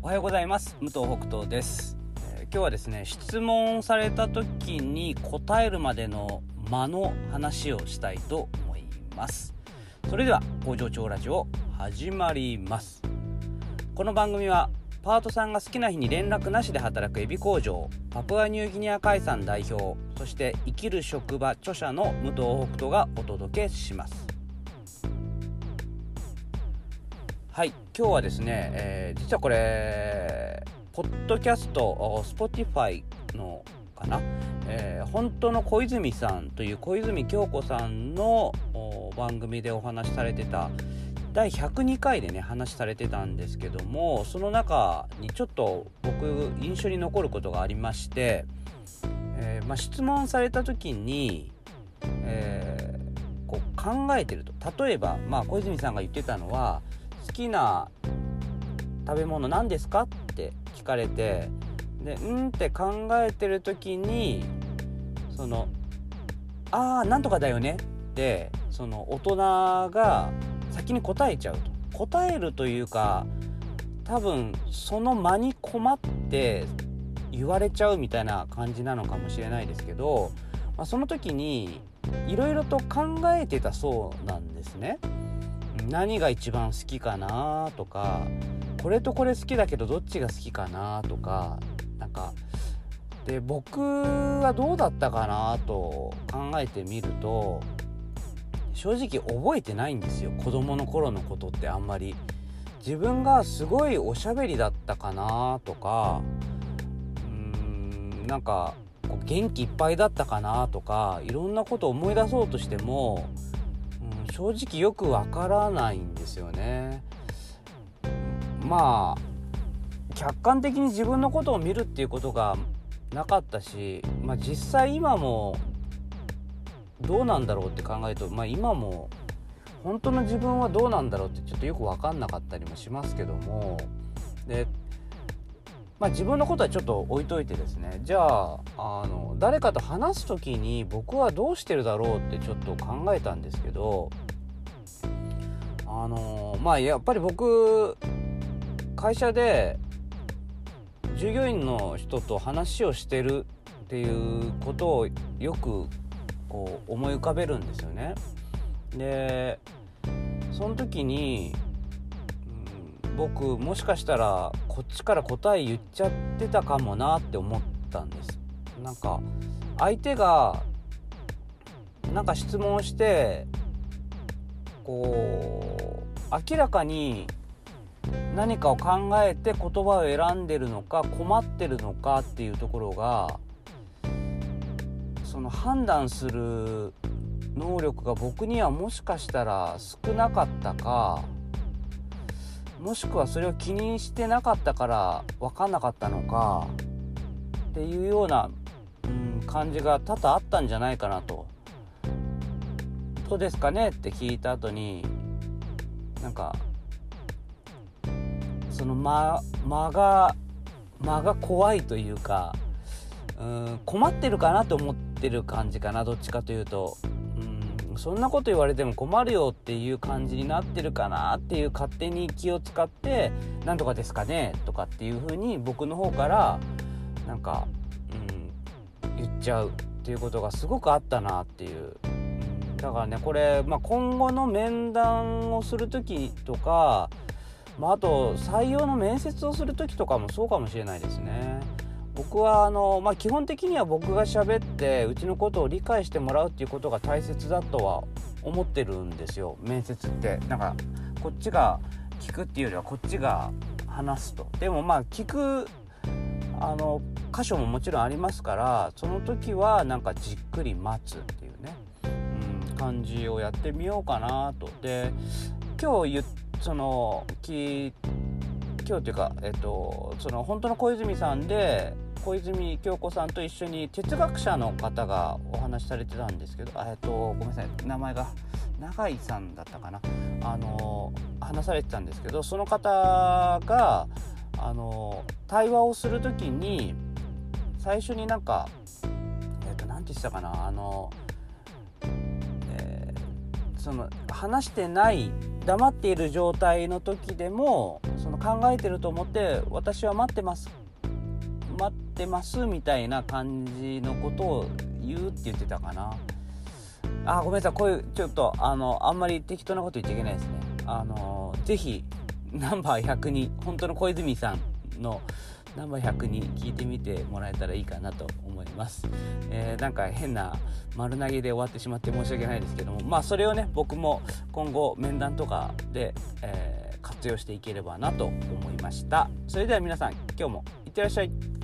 おはようございます。武藤北斗です。今日はですね、質問された時に答えるまでの間の話をしたいと思います。それでは工場長ラジオ始まります。この番組はパートさんが好きな日に連絡なしで働くエビ工場、パプアニューギニア海産代表、そして生きる職場著者の武藤北斗がお届けします。はい、今日はですね、実はこれポッドキャスト Spotify のかな、本当の小泉さんという小泉京子さんの番組でお話しされてた第102回でね話されてたんですけども、その中にちょっと僕印象に残ることがありまして、質問された時に、こう考えてると、例えば、小泉さんが言ってたのは、好きな食べ物何ですかって聞かれて、でって考えてる時になんとかだよねってその大人が先に答えちゃうと、答えるというか多分その間に困って言われちゃうみたいな感じなのかもしれないですけど、その時にいろいろと考えてたそうなんですね。何が一番好きかなとか、これとこれ好きだけどどっちが好きかなとか、で僕はどうだったかなと考えてみると、正直覚えてないんですよ。子供の頃のことってあんまり。自分がすごいおしゃべりだったかなとか、こう元気いっぱいだったかなとか、いろんなことを思い出そうとしても正直よくわからないんですよね。客観的に自分のことを見るっていうことがなかったし、実際今もどうなんだろうって考えると、今も本当の自分はどうなんだろうってちょっとよく分かんなかったりもしますけども、で、自分のことはちょっと置いといてですね、じゃあ誰かと話す時に僕はどうしてるだろうってちょっと考えたんですけど、やっぱり僕会社で従業員の人と話をしてるっていうことをよくこう思い浮かべるんですよね。でその時に、僕もしかしたらこっちから答え言っちゃってたかもなって思ったんです。相手が質問してこう明らかに何かを考えて言葉を選んでるのか困ってるのかっていうところが、その判断する能力が僕にはもしかしたら少なかったか、もしくはそれを気にしてなかったから分かんなかったのかっていうような、感じが多々あったんじゃないかなと。どうですかねって聞いた後に、その間が怖いというか、困ってるかなと思ってる感じかな、どっちかというと。そんなこと言われても困るよっていう感じになってるかなっていう、勝手に気を使ってなんとかですかねとかっていう風に僕の方から言っちゃうっていうことがすごくあったなっていう。だからね、これ、今後の面談をする時とか、あと採用の面接をする時とかもそうかもしれないですね。僕は基本的には僕が喋ってうちのことを理解してもらうっていうことが大切だとは思ってるんですよ。面接ってこっちが聞くっていうよりはこっちが話すと。でも聞く箇所ももちろんありますから、その時はじっくり待つっていうね、感じをやってみようかなと。で今日というか、その本当の小泉さんで小泉京子さんと一緒に哲学者の方がお話しされてたんですけど、ごめんなさい、名前が永井さんだったかな、話されてたんですけど、その方が対話をするときに最初になんて言ってたかな、その話してない黙っている状態の時でもその考えてると思って私は待ってますみたいな感じのことを言うって言ってたかな。ごめんなさい、こういうちょっとあんまり適当なこと言っちゃいけないですね。ぜひナンバー100に本当の小泉さんのナンバー100に聞いてみてもらえたらいいかなと思います。なんか変な丸投げで終わってしまって申し訳ないですけども、それをね僕も今後面談とかで、活用していければなと思いました。それでは皆さん今日もいってらっしゃい。